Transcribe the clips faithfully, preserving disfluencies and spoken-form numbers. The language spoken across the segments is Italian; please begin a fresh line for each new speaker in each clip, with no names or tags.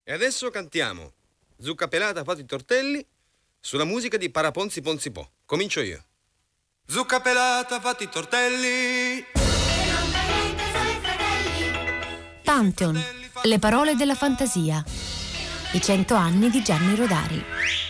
E adesso cantiamo Zucca pelata fate i tortelli sulla musica di Paraponzi Ponzi Po. Comincio io. Zucca pelata fate i tortelli.
Pantheon, le parole della fantasia. I cento anni di Gianni Rodari.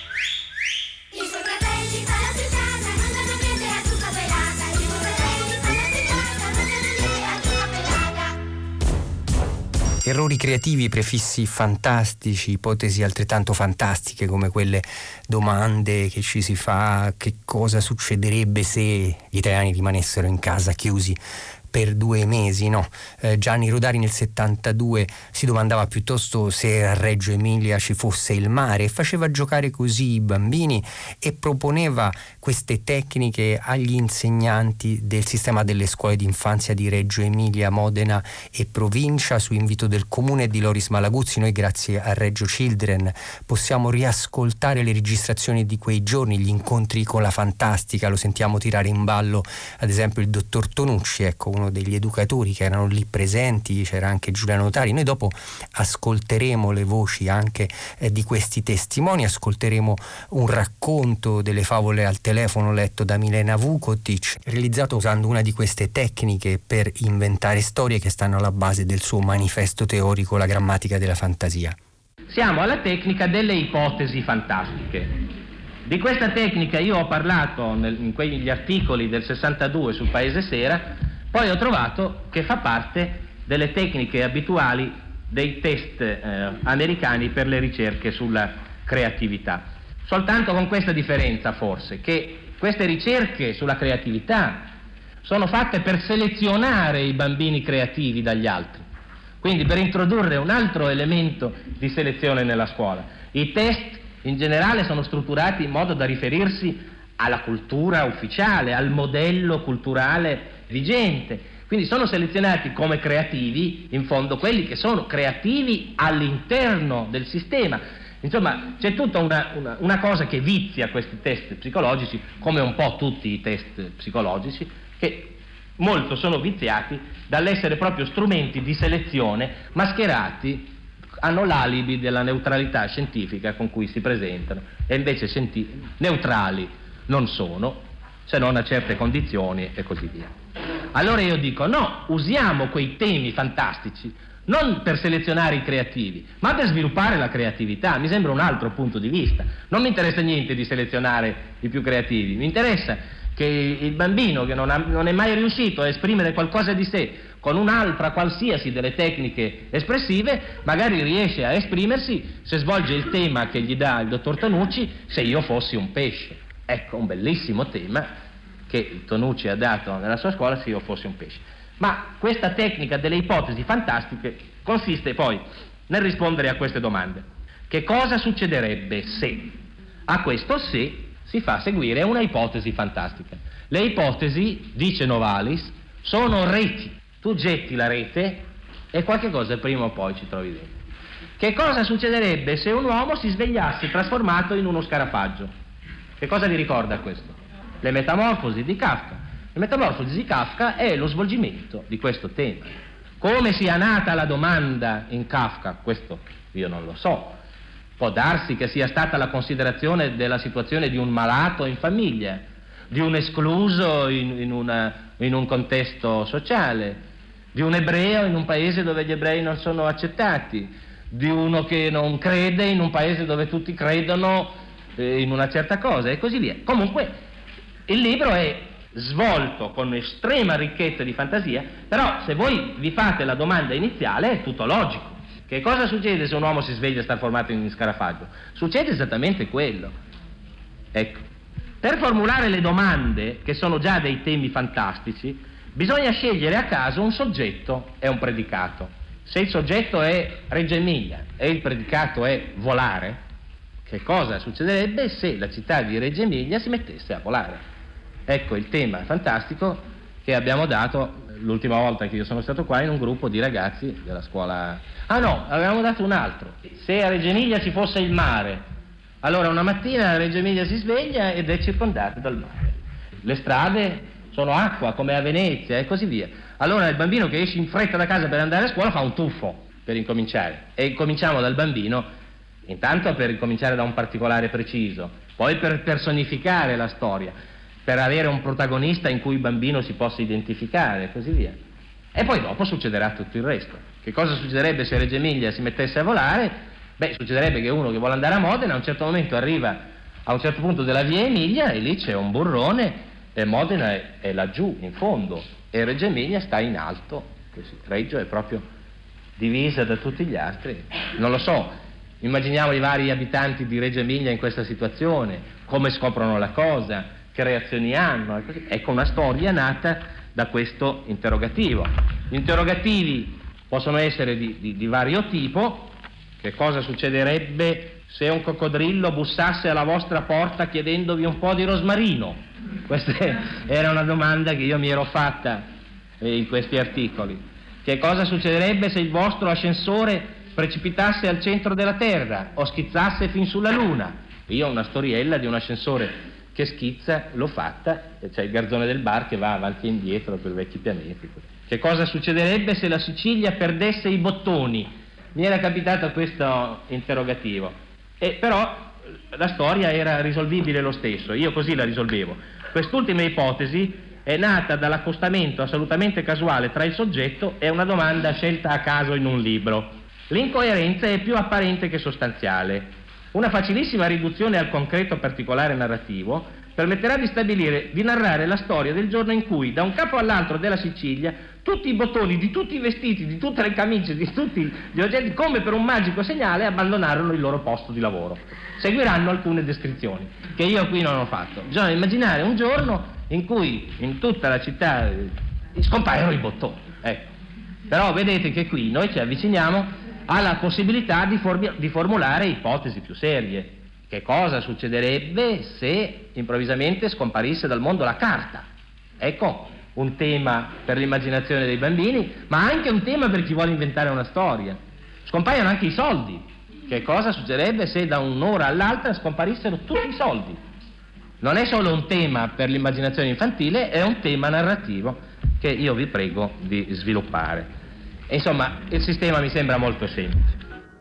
Errori creativi, prefissi fantastici, ipotesi altrettanto fantastiche come quelle domande che ci si fa: che cosa succederebbe se gli italiani rimanessero in casa chiusi per due mesi, no? Eh, Gianni Rodari nel settantadue si domandava piuttosto se a Reggio Emilia ci fosse il mare e faceva giocare così i bambini e proponeva queste tecniche agli insegnanti del sistema delle scuole d'infanzia di Reggio Emilia, Modena e provincia, su invito del comune di Loris Malaguzzi. Noi, grazie a Reggio Children, possiamo riascoltare le registrazioni di quei giorni, gli incontri con la fantastica. Lo sentiamo tirare in ballo ad esempio il dottor Tonucci, ecco, uno degli educatori che erano lì presenti. C'era anche Giuliano Notari. Noi dopo ascolteremo le voci anche eh, di questi testimoni, ascolteremo un racconto delle favole al telefono letto da Milena Vukotic, realizzato usando una di queste tecniche per inventare storie che stanno alla base del suo manifesto teorico La grammatica della fantasia.
Siamo alla tecnica delle ipotesi fantastiche. Di questa tecnica io ho parlato nel, in quegli articoli del sessantadue sul Paese Sera. Poi ho trovato che fa parte delle tecniche abituali dei test eh, americani per le ricerche sulla creatività. Soltanto con questa differenza, forse, che queste ricerche sulla creatività sono fatte per selezionare i bambini creativi dagli altri, quindi per introdurre un altro elemento di selezione nella scuola. I test in generale sono strutturati in modo da riferirsi alla cultura ufficiale, al modello culturale vigente, quindi sono selezionati come creativi, in fondo, quelli che sono creativi all'interno del sistema. Insomma, c'è tutta una, una, una cosa che vizia questi test psicologici, come un po' tutti i test psicologici, che molto sono viziati dall'essere proprio strumenti di selezione mascherati, hanno l'alibi della neutralità scientifica con cui si presentano, e invece scienti- neutrali non sono, se non a certe condizioni e così via. Allora io dico, no, usiamo quei temi fantastici non per selezionare i creativi, ma per sviluppare la creatività. Mi sembra un altro punto di vista. Non mi interessa niente di selezionare i più creativi, mi interessa che il bambino che non, ha, non è mai riuscito a esprimere qualcosa di sé con un'altra qualsiasi delle tecniche espressive, magari riesce a esprimersi se svolge il tema che gli dà il dottor Tonucci, se io fossi un pesce. Ecco, un bellissimo tema che Tonucci ha dato nella sua scuola, se io fossi un pesce. Ma questa tecnica delle ipotesi fantastiche consiste poi nel rispondere a queste domande. Che cosa succederebbe se? A questo se si fa seguire una ipotesi fantastica. Le ipotesi, dice Novalis, sono reti. Tu getti la rete e qualche cosa prima o poi ci trovi dentro. Che cosa succederebbe se un uomo si svegliasse trasformato in uno scarafaggio? Che cosa vi ricorda questo? Le metamorfosi di Kafka. Le metamorfosi di Kafka è lo svolgimento di questo tema. Come sia nata la domanda in Kafka, questo io non lo so. Può darsi che sia stata la considerazione della situazione di un malato in famiglia, di un escluso in, in, una, in un contesto sociale, di un ebreo in un paese dove gli ebrei non sono accettati, di uno che non crede in un paese dove tutti credono eh, in una certa cosa e così via. Comunque il libro è svolto con estrema ricchezza di fantasia, però se voi vi fate la domanda iniziale è tutto logico. Che cosa succede se un uomo si sveglia e sta formato in scarafaggio? Succede esattamente quello. Ecco, per formulare le domande, che sono già dei temi fantastici, bisogna scegliere a caso un soggetto e un predicato. Se il soggetto è Reggio Emilia e il predicato è volare, che cosa succederebbe se la città di Reggio Emilia si mettesse a volare? Ecco il tema fantastico che abbiamo dato l'ultima volta che io sono stato qua in un gruppo di ragazzi della scuola. Ah no, avevamo dato un altro. Se a Reggio Emilia ci fosse il mare, allora una mattina Reggio Emilia si sveglia ed è circondata dal mare. Le strade sono acqua come a Venezia e così via. Allora il bambino che esce in fretta da casa per andare a scuola fa un tuffo. per incominciare. E cominciamo dal bambino, intanto per incominciare da un particolare preciso, poi per personificare la storia, per avere un protagonista in cui il bambino si possa identificare e così via. E poi dopo succederà tutto il resto. Che cosa succederebbe se Reggio Emilia si mettesse a volare? Beh, succederebbe che uno che vuole andare a Modena a un certo momento arriva a un certo punto della via Emilia e lì c'è un burrone e Modena è, è laggiù, in fondo, e Reggio Emilia sta in alto, così. Reggio è proprio divisa da tutti gli altri. Non lo so, immaginiamo i vari abitanti di Reggio Emilia in questa situazione, come scoprono la cosa, che reazioni hanno, e così. Ecco una storia nata da questo interrogativo. Gli interrogativi possono essere di, di, di vario tipo. Che cosa succederebbe se un coccodrillo bussasse alla vostra porta chiedendovi un po' di rosmarino? Questa era una domanda che io mi ero fatta in questi articoli. Che cosa succederebbe se il vostro ascensore precipitasse al centro della Terra o schizzasse fin sulla Luna? Io ho una storiella di un ascensore che schizza, l'ho fatta, e c'è il garzone del bar che va avanti e indietro per vecchi pianeti. Che cosa succederebbe se la Sicilia perdesse i bottoni? Mi era capitato questo interrogativo, e però la storia era risolvibile lo stesso, io così la risolvevo. Quest'ultima ipotesi è nata dall'accostamento assolutamente casuale tra il soggetto e una domanda scelta a caso in un libro. L'incoerenza è più apparente che sostanziale. Una facilissima riduzione al concreto particolare narrativo permetterà di stabilire, di narrare la storia del giorno in cui, da un capo all'altro della Sicilia, tutti i bottoni di tutti i vestiti, di tutte le camicie, di tutti gli oggetti, come per un magico segnale, abbandonarono il loro posto di lavoro. Seguiranno alcune descrizioni, che io qui non ho fatto. Bisogna immaginare un giorno in cui in tutta la città eh, scompaiono i bottoni. Ecco. Però vedete che qui noi ci avviciniamo alla possibilità di, formi- di formulare ipotesi più serie. Che cosa succederebbe se improvvisamente scomparisse dal mondo la carta? Ecco, un tema per l'immaginazione dei bambini, ma anche un tema per chi vuole inventare una storia. Scompaiono anche i soldi. Che cosa succederebbe se da un'ora all'altra scomparissero tutti i soldi? Non è solo un tema per l'immaginazione infantile, è un tema narrativo che io vi prego di sviluppare. E insomma, il sistema mi sembra molto semplice.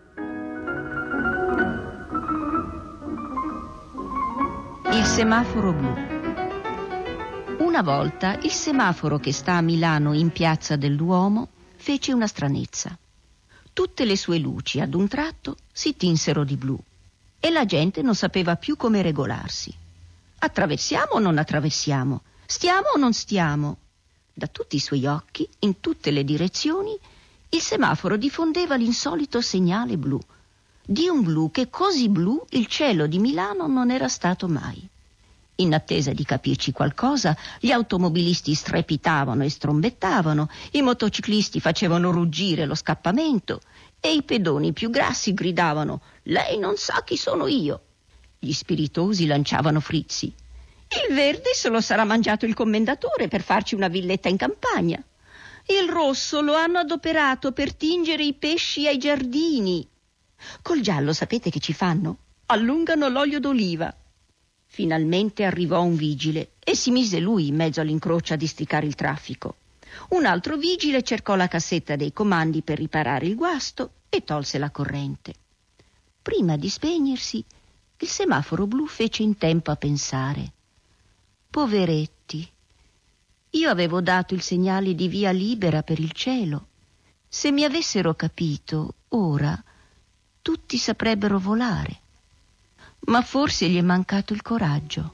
Il semaforo blu. Una volta il semaforo che sta a Milano in Piazza del Duomo fece una stranezza. Tutte le sue luci ad un tratto si tinsero di blu e la gente non sapeva più come regolarsi. Attraversiamo o non attraversiamo? Stiamo o non stiamo? Da tutti i suoi occhi, in tutte le direzioni, il semaforo diffondeva l'insolito segnale blu. Di un blu che così blu il cielo di Milano non era stato mai. In attesa di capirci qualcosa, gli automobilisti strepitavano e strombettavano, i motociclisti facevano ruggire lo scappamento e i pedoni più grassi gridavano «Lei non sa chi sono io!». Gli spiritosi lanciavano frizzi. «Il verde se lo sarà mangiato il commendatore per farci una villetta in campagna. Il rosso lo hanno adoperato per tingere i pesci ai giardini. Col giallo sapete che ci fanno? Allungano l'olio d'oliva». Finalmente arrivò un vigile e si mise lui in mezzo all'incrocio a districare il traffico. Un altro vigile cercò la cassetta dei comandi per riparare il guasto e tolse la corrente. Prima di spegnersi, il semaforo blu fece in tempo a pensare: poveretti, io avevo dato il segnale di via libera per il cielo. Se mi avessero capito, ora tutti saprebbero volare. Ma forse gli è mancato il coraggio.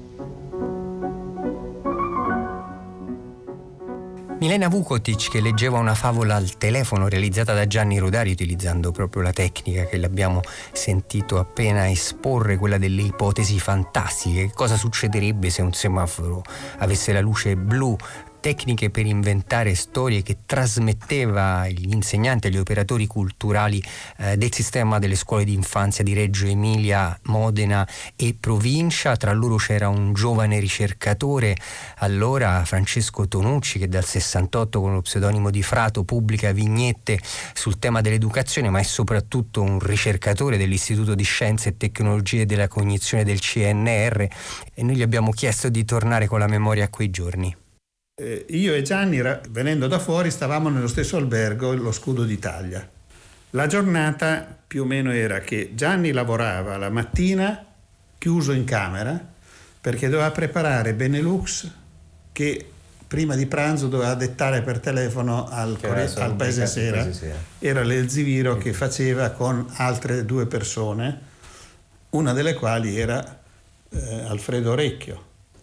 Milena Vukotic, che leggeva una favola al telefono realizzata da Gianni Rodari utilizzando proprio la tecnica che l'abbiamo sentito appena esporre, quella delle ipotesi fantastiche. Che cosa succederebbe se un semaforo avesse la luce blu? Tecniche per inventare storie che trasmetteva agli insegnanti, agli operatori culturali eh, del sistema delle scuole di infanzia di Reggio Emilia, Modena e provincia. Tra loro c'era un giovane ricercatore, allora Francesco Tonucci, che dal sessantotto con lo pseudonimo di Frato pubblica vignette sul tema dell'educazione, ma è soprattutto un ricercatore dell'Istituto di Scienze e Tecnologie della Cognizione del C N R, e noi gli abbiamo chiesto di tornare con la memoria a quei giorni.
Eh, io e Gianni, venendo da fuori, stavamo nello stesso albergo, lo Scudo d'Italia. La giornata più o meno era che Gianni lavorava la mattina chiuso in camera perché doveva preparare Benelux, che prima di pranzo doveva dettare per telefono al, Corre- al Paese Sera. Paese Sera. Era l'Elziviro sì. che faceva con altre due persone, una delle quali era eh, Alfredo Orecchio.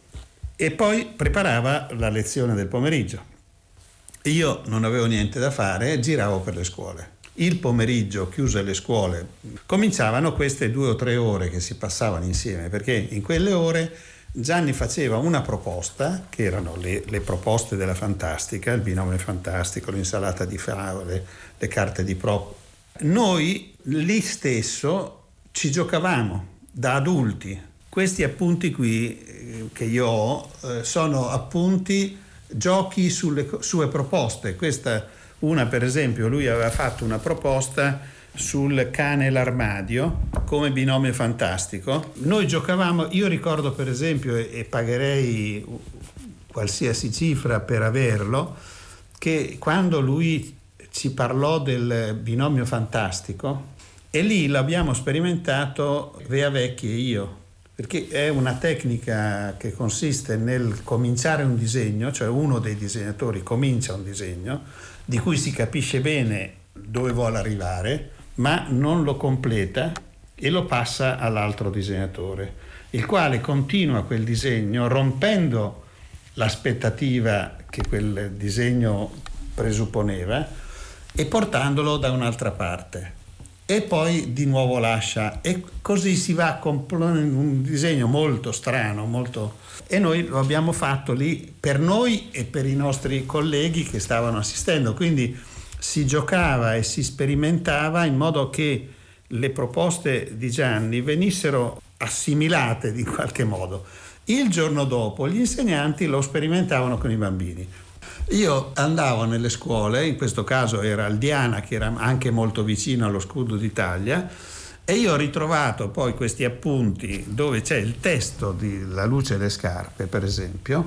E poi preparava la lezione del pomeriggio. Io non avevo niente da fare e giravo per le scuole. Il pomeriggio, chiuse le scuole, cominciavano queste due o tre ore che si passavano insieme, perché in quelle ore Gianni faceva una proposta, che erano le, le proposte della fantastica, il binomio fantastico, l'insalata di favole, le carte di Pro. Noi lì stesso ci giocavamo da adulti. Questi appunti qui eh, che io ho eh, sono appunti, giochi sulle sue proposte. Questa una, per esempio, lui aveva fatto una proposta sul cane e l'armadio come binomio fantastico. Noi giocavamo, io ricordo per esempio, e, e pagherei qualsiasi cifra per averlo, che quando lui ci parlò del binomio fantastico, e lì l'abbiamo sperimentato Vea Vecchi e io, perché è una tecnica che consiste nel cominciare un disegno, cioè uno dei disegnatori comincia un disegno di cui si capisce bene dove vuole arrivare, ma non lo completa e lo passa all'altro disegnatore, il quale continua quel disegno rompendo l'aspettativa che quel disegno presupponeva e portandolo da un'altra parte, e poi di nuovo lascia, e così si va con un disegno molto strano, molto... e noi lo abbiamo fatto lì per noi e per i nostri colleghi che stavano assistendo, quindi si giocava e si sperimentava in modo che le proposte di Gianni venissero assimilate in qualche modo. Il giorno dopo gli insegnanti lo sperimentavano con i bambini. Io andavo nelle scuole, in questo caso era al Diana, che era anche molto vicino allo Scudo d'Italia, e io ho ritrovato poi questi appunti dove c'è il testo di La luce e le scarpe, per esempio.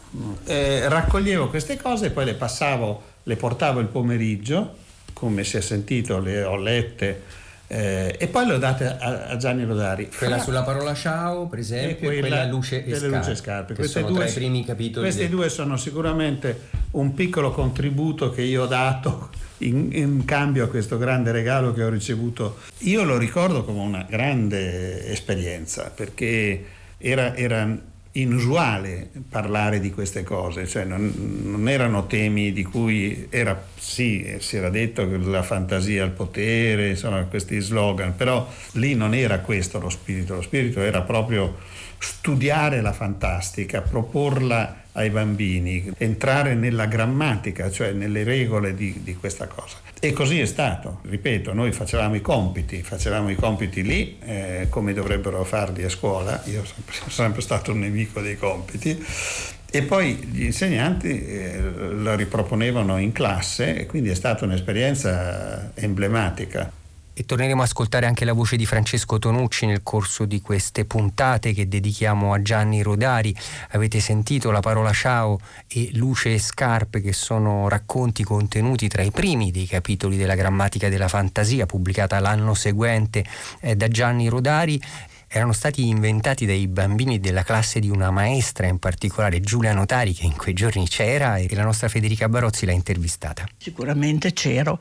Eh, raccoglievo queste cose e poi le passavo, le portavo il pomeriggio, come si è sentito, le ho lette, eh, e poi le ho date a, a Gianni Rodari.
Quella Fra... sulla parola ciao, per esempio, e quella, quella luce e scarpe, luce e scarpe.
Che
queste
sono
due,
tra
i primi capitoli.
Questi
di...
due sono sicuramente un piccolo contributo che io ho dato in, in cambio a questo grande regalo che ho ricevuto. Io lo ricordo come una grande esperienza, perché era, era inusuale parlare di queste cose, cioè non, non erano temi di cui era, sì, si era detto che la fantasia al potere, insomma questi slogan, però lì non era questo lo spirito, lo spirito era proprio studiare la fantastica, proporla ai bambini, entrare nella grammatica, cioè nelle regole di, di questa cosa. E così è stato, ripeto, noi facevamo i compiti, facevamo i compiti lì, eh, come dovrebbero farli a scuola. Io sono sempre, sono sempre stato un nemico dei compiti, e poi gli insegnanti eh, lo riproponevano in classe, e quindi è stata un'esperienza emblematica.
E torneremo a ascoltare anche la voce di Francesco Tonucci nel corso di queste puntate che dedichiamo a Gianni Rodari. Avete sentito La parola ciao e Luce e scarpe, che sono racconti contenuti tra i primi dei capitoli della Grammatica della fantasia, pubblicata l'anno seguente eh, da Gianni Rodari. Erano stati inventati dai bambini della classe di una maestra, in particolare Giulia Notari, che in quei giorni c'era, e la nostra Federica Barozzi l'ha intervistata.
Sicuramente c'ero,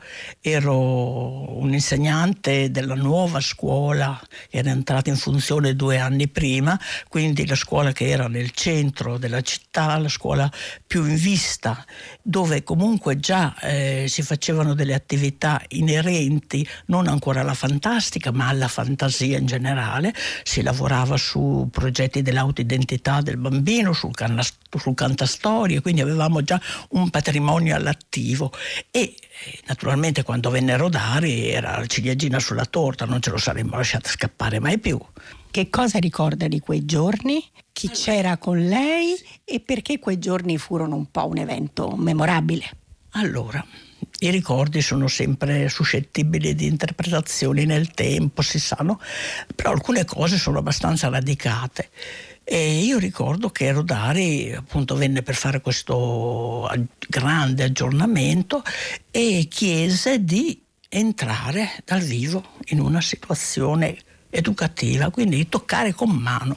ero un insegnante della nuova scuola, era entrata in funzione due anni prima, quindi la scuola che era nel centro della città, la scuola più in vista, dove comunque già eh, si facevano delle attività inerenti non ancora alla fantastica ma alla fantasia in generale. Si lavorava su progetti dell'autodentità del bambino, sul, canna, sul cantastorie, quindi avevamo già un patrimonio all'attivo, e naturalmente quando venne Rodari era la ciliegina sulla torta, non ce lo saremmo lasciata scappare mai più.
Che cosa ricorda di quei giorni? Chi c'era con lei e perché quei giorni furono un po' un evento memorabile?
Allora, i ricordi sono sempre suscettibili di interpretazioni nel tempo, si sanno, però alcune cose sono abbastanza radicate. E io ricordo che Rodari appunto venne per fare questo grande aggiornamento e chiese di entrare dal vivo in una situazione educativa, quindi toccare con mano.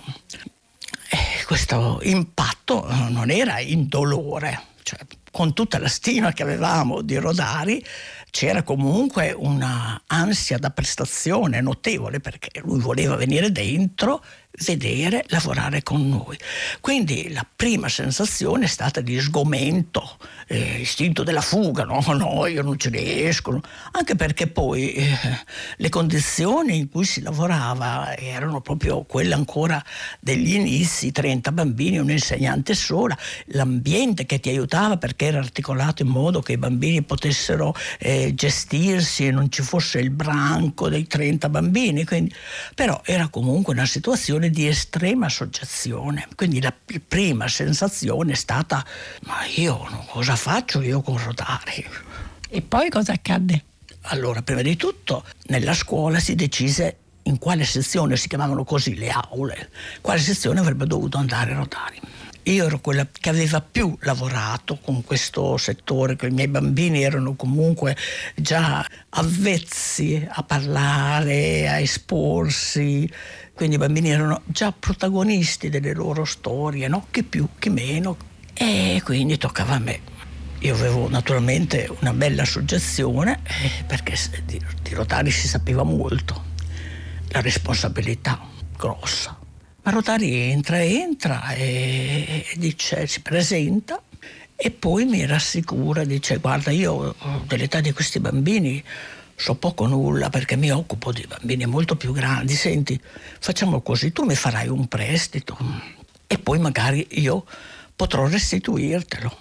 E questo impatto non era indolore, cioè, con tutta la stima che avevamo di Rodari, c'era comunque una ansia da prestazione notevole, perché lui voleva venire dentro, vedere, lavorare con noi. Quindi la prima sensazione è stata di sgomento, eh, istinto della fuga, no, no, io non ci riesco, anche perché poi eh, le condizioni in cui si lavorava erano proprio quelle ancora degli inizi, trenta bambini, un insegnante sola, l'ambiente che ti aiutava perché era articolato in modo che i bambini potessero eh, gestirsi e non ci fosse il branco dei trenta bambini, quindi, però era comunque una situazione di estrema soggezione. Quindi la prima sensazione è stata: ma io cosa faccio io con Rodari?
E poi cosa accadde?
Allora, prima di tutto nella scuola si decise in quale sezione, si chiamavano così le aule, quale sezione avrebbe dovuto andare Rodari. Io ero quella che aveva più lavorato con questo settore, che i miei bambini erano comunque già avvezzi a parlare, a esporsi, quindi i bambini erano già protagonisti delle loro storie, no? Chi più, chi meno, e quindi toccava a me. Io avevo naturalmente una bella soggezione, eh, perché di, di Rodari si sapeva molto, la responsabilità grossa. Ma Rodari entra, entra e, e dice, si presenta e poi mi rassicura, dice: guarda, io dell'età di questi bambini so poco nulla perché mi occupo di bambini molto più grandi, senti, facciamo così, tu mi farai un prestito e poi magari io potrò restituirtelo.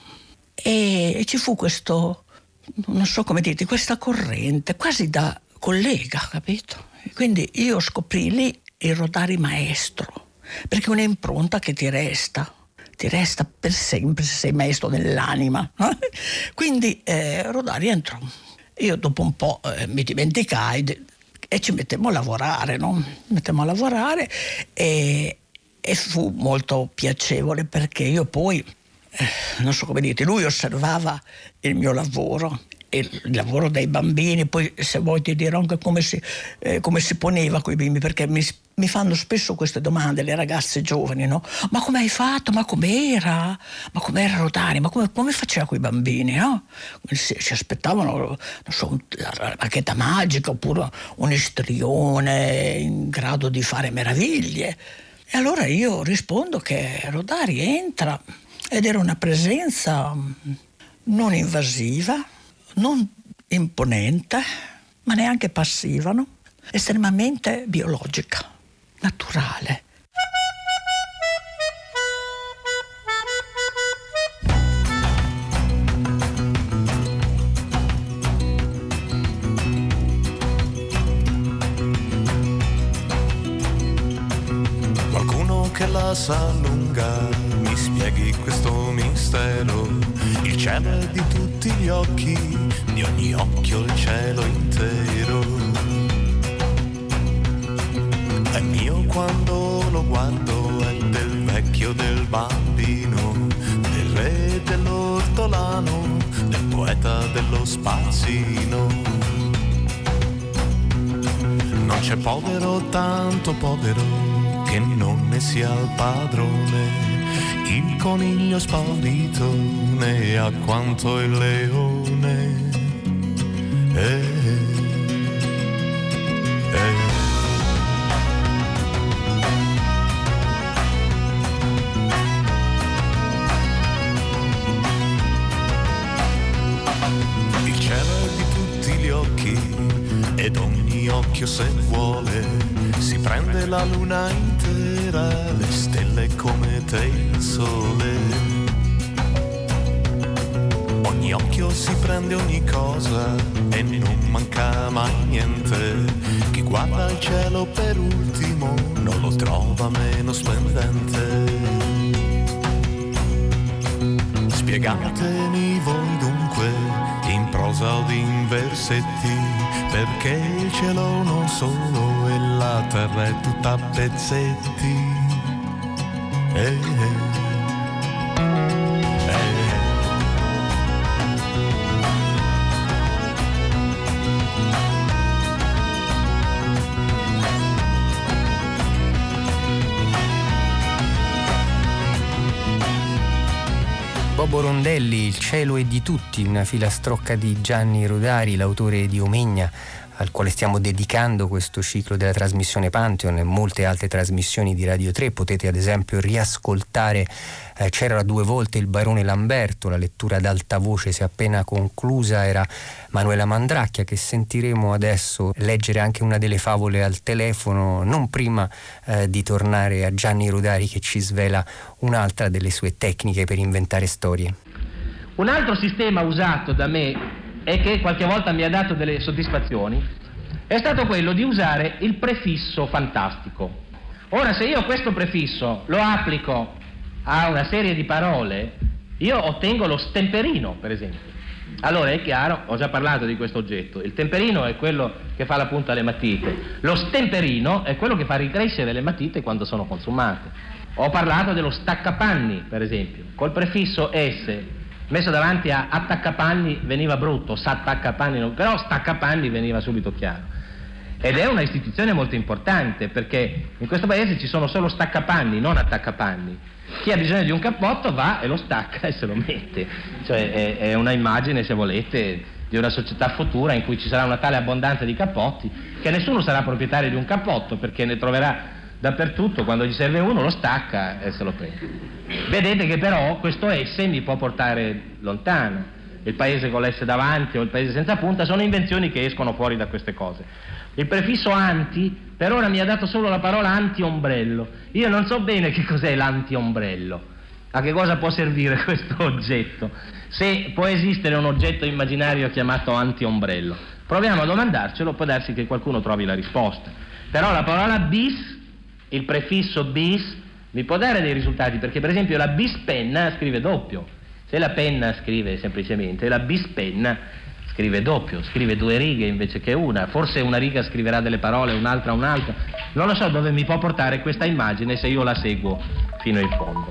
E, e ci fu questo, non so come dirti, questa corrente quasi da collega, capito? Quindi io scoprì lì il Rodari maestro, perché è un'impronta che ti resta, ti resta per sempre se sei maestro nell'anima. Quindi eh, Rodari entrò. Io dopo un po' eh, mi dimenticai de- e ci mettemmo a lavorare, no? Mettemmo a lavorare e, e fu molto piacevole, perché io poi, eh, non so come dirti, lui osservava il mio lavoro, il lavoro dei bambini, poi se vuoi ti dirò anche come si, eh, come si poneva coi bimbi, perché mi, mi fanno spesso queste domande le ragazze giovani, no? Ma come hai fatto? Ma com'era? Ma com'era Rodari? Ma come, come faceva coi bambini, no? Si, si aspettavano, non so, la bacchetta magica oppure un istrione in grado di fare meraviglie. E allora io rispondo che Rodari entra ed era una presenza non invasiva, non imponente, ma neanche passiva, no? Estremamente biologica, naturale.
Qualcuno che la sa lunga mi spieghi questo mistero. Il cielo è di tutti gli occhi, di ogni occhio il cielo intero. È mio quando lo guardo, è del vecchio, del bambino, del re, dell'ortolano, del poeta, dello spazzino. Non c'è povero tanto povero che non ne sia il padrone. Il coniglio spaurito ne ha quanto il leone. Eh, eh. Il cielo è di tutti gli occhi ed ogni occhio, se vuole, si prende la luna intera, le stelle come te il sole. Ogni occhio si prende ogni cosa e non manca mai niente. Chi guarda il cielo per ultimo non lo trova meno splendente. Spiegatemi voi dunque, in prosa o in versetti, perché il cielo non solo e la terra è tutta a pezzetti. Eh, eh. Eh.
Bobo Rondelli, Il cielo è di tutti, una filastrocca di Gianni Rodari, l'autore di Omegna, al quale stiamo dedicando questo ciclo della trasmissione Pantheon e molte altre trasmissioni di Radio tre. Potete ad esempio riascoltare eh, C'era due volte il barone Lamberto, la lettura ad alta voce si è appena conclusa, era Manuela Mandracchia, che sentiremo adesso leggere anche una delle favole al telefono, non prima eh, di tornare a Gianni Rodari, che ci svela un'altra delle sue tecniche per inventare storie.
Un altro sistema usato da me e che qualche volta mi ha dato delle soddisfazioni, è stato quello di usare il prefisso fantastico. Ora, se io questo prefisso lo applico a una serie di parole, io ottengo lo stemperino, per esempio. Allora è chiaro, ho già parlato di questo oggetto, il temperino è quello che fa la punta alle matite, lo stemperino è quello che fa ricrescere le matite quando sono consumate. Ho parlato dello staccapanni, per esempio, col prefisso S messo davanti a attaccapanni veniva brutto, s'attaccapanni no, però staccapanni veniva subito chiaro. Ed è una istituzione molto importante, perché in questo paese ci sono solo staccapanni, non attaccapanni. Chi ha bisogno di un cappotto va e lo stacca e se lo mette. Cioè è, è una immagine, se volete, di una società futura in cui ci sarà una tale abbondanza di cappotti che nessuno sarà proprietario di un cappotto, perché ne troverà dappertutto, quando gli serve uno lo stacca e se lo prende. Vedete che però questo S mi può portare lontano. Il paese con l'S davanti o il paese senza punta sono invenzioni che escono fuori da queste cose. Il prefisso anti per ora mi ha dato solo la parola antiombrello. Io non so bene che cos'è l'antiombrello, a che cosa può servire questo oggetto, se può esistere un oggetto immaginario chiamato antiombrello. Proviamo a domandarcelo, può darsi che qualcuno trovi la risposta. Però la parola bis, il prefisso bis, mi può dare dei risultati, perché per esempio la bispenna scrive doppio. Se la penna scrive semplicemente, la bispenna scrive doppio, scrive due righe invece che una. Forse una riga scriverà delle parole, un'altra un'altra. Non lo so dove mi può portare questa immagine se io la seguo fino in fondo.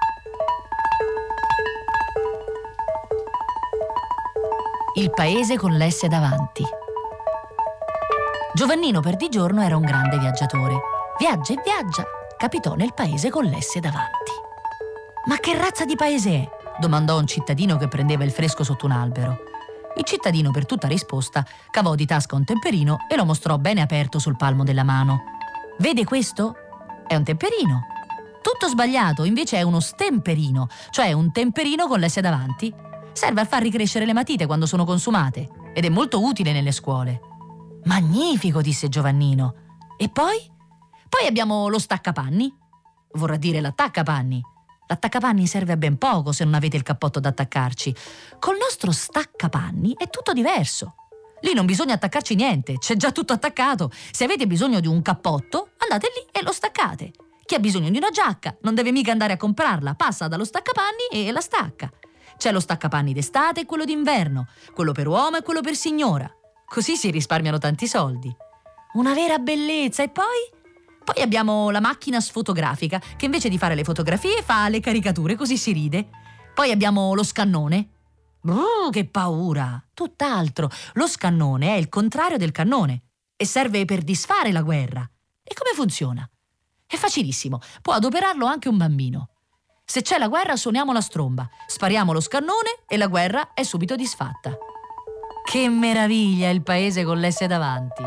Il paese con l'S davanti. Giovannino Perdigiorno era un grande viaggiatore. Viaggia e viaggia, capitò nel paese con l'S davanti. Ma che razza di paese è? Domandò un cittadino che prendeva il fresco sotto un albero. Il cittadino, per tutta risposta, cavò di tasca un temperino e lo mostrò bene aperto sul palmo della mano. Vede questo? È un temperino. Tutto sbagliato, invece è uno stemperino, cioè un temperino con l'S davanti. Serve a far ricrescere le matite quando sono consumate ed è molto utile nelle scuole. Magnifico, disse Giovannino. E poi? Poi abbiamo lo staccapanni, vorrà dire l'attaccapanni. L'attaccapanni serve a ben poco se non avete il cappotto da attaccarci. Col nostro staccapanni è tutto diverso. Lì non bisogna attaccarci niente, c'è già tutto attaccato. Se avete bisogno di un cappotto, andate lì e lo staccate. Chi ha bisogno di una giacca non deve mica andare a comprarla, passa dallo staccapanni e la stacca. C'è lo staccapanni d'estate e quello d'inverno, quello per uomo e quello per signora. Così si risparmiano tanti soldi. Una vera bellezza. E poi? Poi abbiamo la macchina sfotografica, che invece di fare le fotografie fa le caricature, così si ride. Poi abbiamo lo scannone. Brrr, che paura! Tutt'altro. Lo scannone è il contrario del cannone e serve per disfare la guerra. E come funziona? È facilissimo, può adoperarlo anche un bambino. Se c'è la guerra suoniamo la stromba, spariamo lo scannone e la guerra è subito disfatta. Che meraviglia il paese con l'S davanti!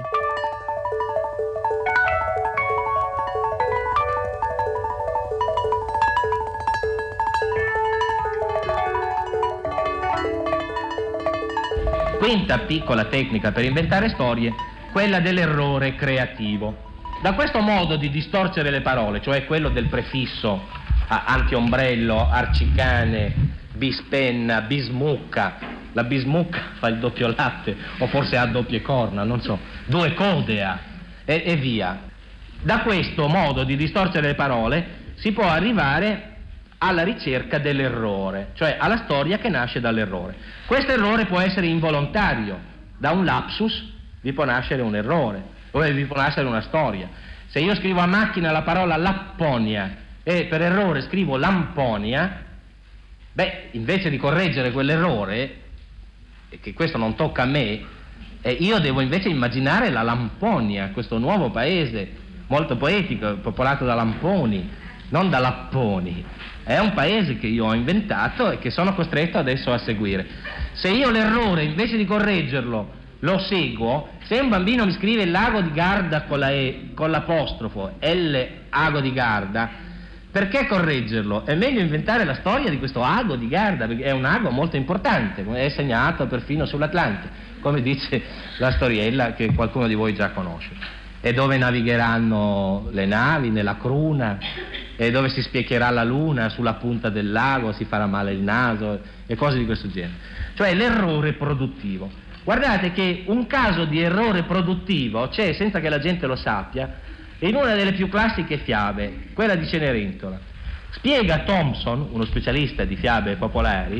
Quinta piccola tecnica per inventare storie, quella dell'errore creativo. Da questo modo di distorcere le parole, cioè quello del prefisso antiombrello, arcicane, bispenna, bismucca, la bismucca fa il doppio latte o forse ha doppie corna, non so, due codea e, e via. Da questo modo di distorcere le parole si può arrivare alla ricerca dell'errore, cioè alla storia che nasce dall'errore. Questo errore può essere involontario, da un lapsus vi può nascere un errore, o vi può nascere una storia. Se io scrivo a macchina la parola Lapponia e per errore scrivo Lamponia, beh, invece di correggere quell'errore, e che questo non tocca a me, eh, io devo invece immaginare la Lamponia, questo nuovo paese molto poetico, popolato da lamponi, non da lapponi. È un paese che io ho inventato e che sono costretto adesso a seguire. Se io l'errore, invece di correggerlo, lo seguo, se un bambino mi scrive il lago di Garda con, la e, con l'apostrofo, L, ago di Garda, perché correggerlo? È meglio inventare la storia di questo ago di Garda, perché è un ago molto importante, è segnato perfino sull'Atlante, come dice la storiella che qualcuno di voi già conosce. E dove navigheranno le navi, nella cruna, e dove si specchierà la luna sulla punta del lago, si farà male il naso e cose di questo genere. Cioè l'errore produttivo. Guardate che un caso di errore produttivo c'è, senza che la gente lo sappia, in una delle più classiche fiabe, quella di Cenerentola. Spiega Thomson, uno specialista di fiabe popolari,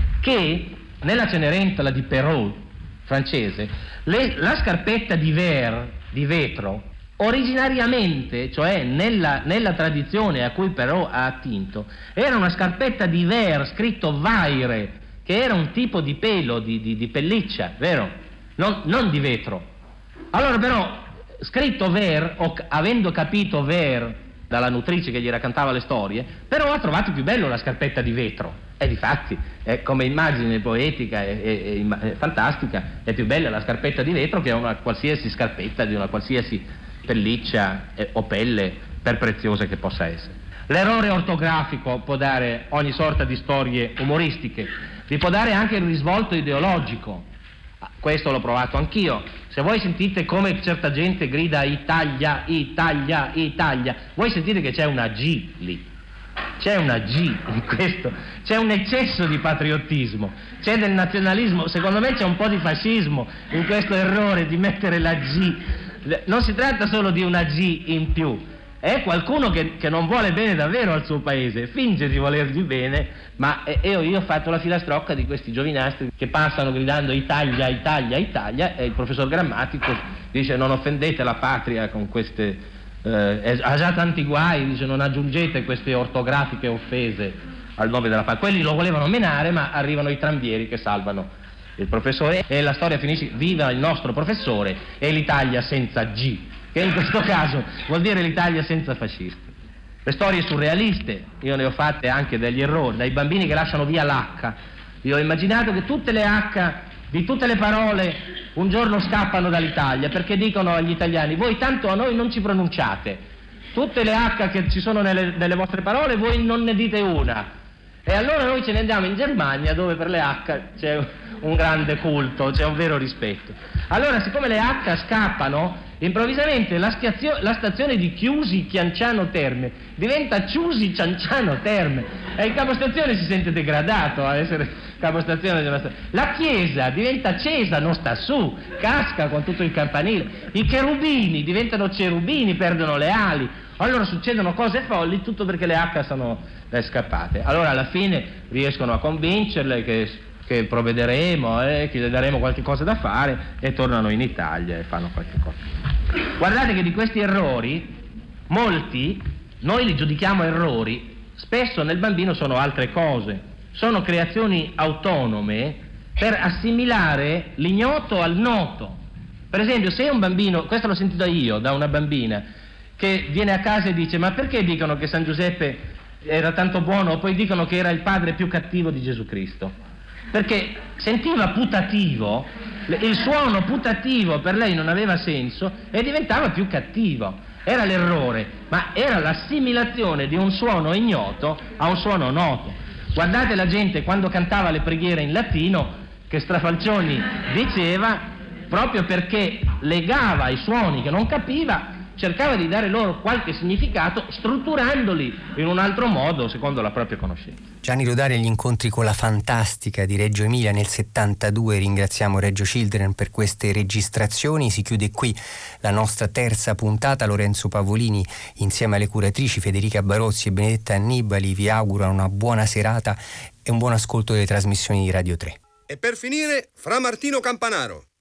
che nella Cenerentola di Perrault, francese, le, la scarpetta di verre, di vetro, originariamente, cioè nella, nella tradizione a cui Perrault ha attinto, era una scarpetta di verre scritto vaire, che era un tipo di pelo, di, di, di pelliccia, vero? Non, non di vetro. Allora però, scritto ver, o avendo capito ver dalla nutrice che gli raccontava le storie, però ha trovato più bello la scarpetta di vetro. E difatti, eh, come immagine poetica e, e, e, e fantastica, è più bella la scarpetta di vetro che una qualsiasi scarpetta di una qualsiasi pelliccia eh, o pelle, per preziosa che possa essere. L'errore ortografico può dare ogni sorta di storie umoristiche, vi può dare anche il risvolto ideologico. Questo l'ho provato anch'io. Se voi sentite come certa gente grida Italia, Italia, Italia, voi sentite che c'è una G lì. C'è una G in questo, c'è un eccesso di patriottismo, c'è del nazionalismo, secondo me c'è un po' di fascismo in questo errore di mettere la G. Non si tratta solo di una G in più, è qualcuno che, che non vuole bene davvero al suo paese, finge di volergli bene, ma eh, io, io ho fatto la filastrocca di questi giovinastri che passano gridando Italia, Italia, Italia, e il professor Grammatico dice non offendete la patria con queste... Eh, ha già tanti guai, dice non aggiungete queste ortografiche offese al nome della patria. Quelli lo volevano menare, ma arrivano i trambieri che salvano il professore e la storia finisce viva il nostro professore e l'Italia senza G, che in questo caso vuol dire l'Italia senza fascisti. Le storie surrealiste, io ne ho fatte anche degli errori, dai bambini che lasciano via l'H. Io ho immaginato che tutte le H di tutte le parole un giorno scappano dall'Italia perché dicono agli italiani voi tanto a noi non ci pronunciate, tutte le H che ci sono nelle, nelle vostre parole voi non ne dite una, e allora noi ce ne andiamo in Germania dove per le H c'è un grande culto, c'è un vero rispetto. Allora siccome le H scappano, improvvisamente la, schiazio, la stazione di Chiusi Chianciano Terme diventa Ciusi Cianciano Terme e il capostazione si sente degradato a essere capostazione di una stazione. La chiesa diventa Cesa, non sta su, casca con tutto il campanile. I cherubini diventano cerubini, perdono le ali. Allora succedono cose folli, tutto perché le H sono eh, scappate. Allora alla fine riescono a convincerle che, che provvederemo, eh, che le daremo qualche cosa da fare e tornano in Italia e fanno qualche cosa. Guardate che di questi errori, molti, noi li giudichiamo errori, spesso nel bambino sono altre cose. Sono creazioni autonome per assimilare l'ignoto al noto. Per esempio, se un bambino, questo l'ho sentito io da una bambina, che viene a casa e dice ma perché dicono che San Giuseppe era tanto buono, poi dicono che era il padre più cattivo di Gesù Cristo? Perché sentiva putativo, il suono putativo per lei non aveva senso e diventava più cattivo. Era l'errore, ma era l'assimilazione di un suono ignoto a un suono noto. Guardate la gente quando cantava le preghiere in latino, che Strafalcioni diceva, proprio perché legava i suoni che non capiva, cercava di dare loro qualche significato strutturandoli in un altro modo secondo la propria conoscenza.
Gianni Rodari agli incontri con la fantastica di Reggio Emilia nel settantadue. Ringraziamo Reggio Children per queste registrazioni. Si chiude qui la nostra terza puntata. Lorenzo Pavolini insieme alle curatrici Federica Barozzi e Benedetta Annibali vi augurano una buona serata e un buon ascolto delle trasmissioni di Radio tre.
E per finire, Fra Martino Campanaro.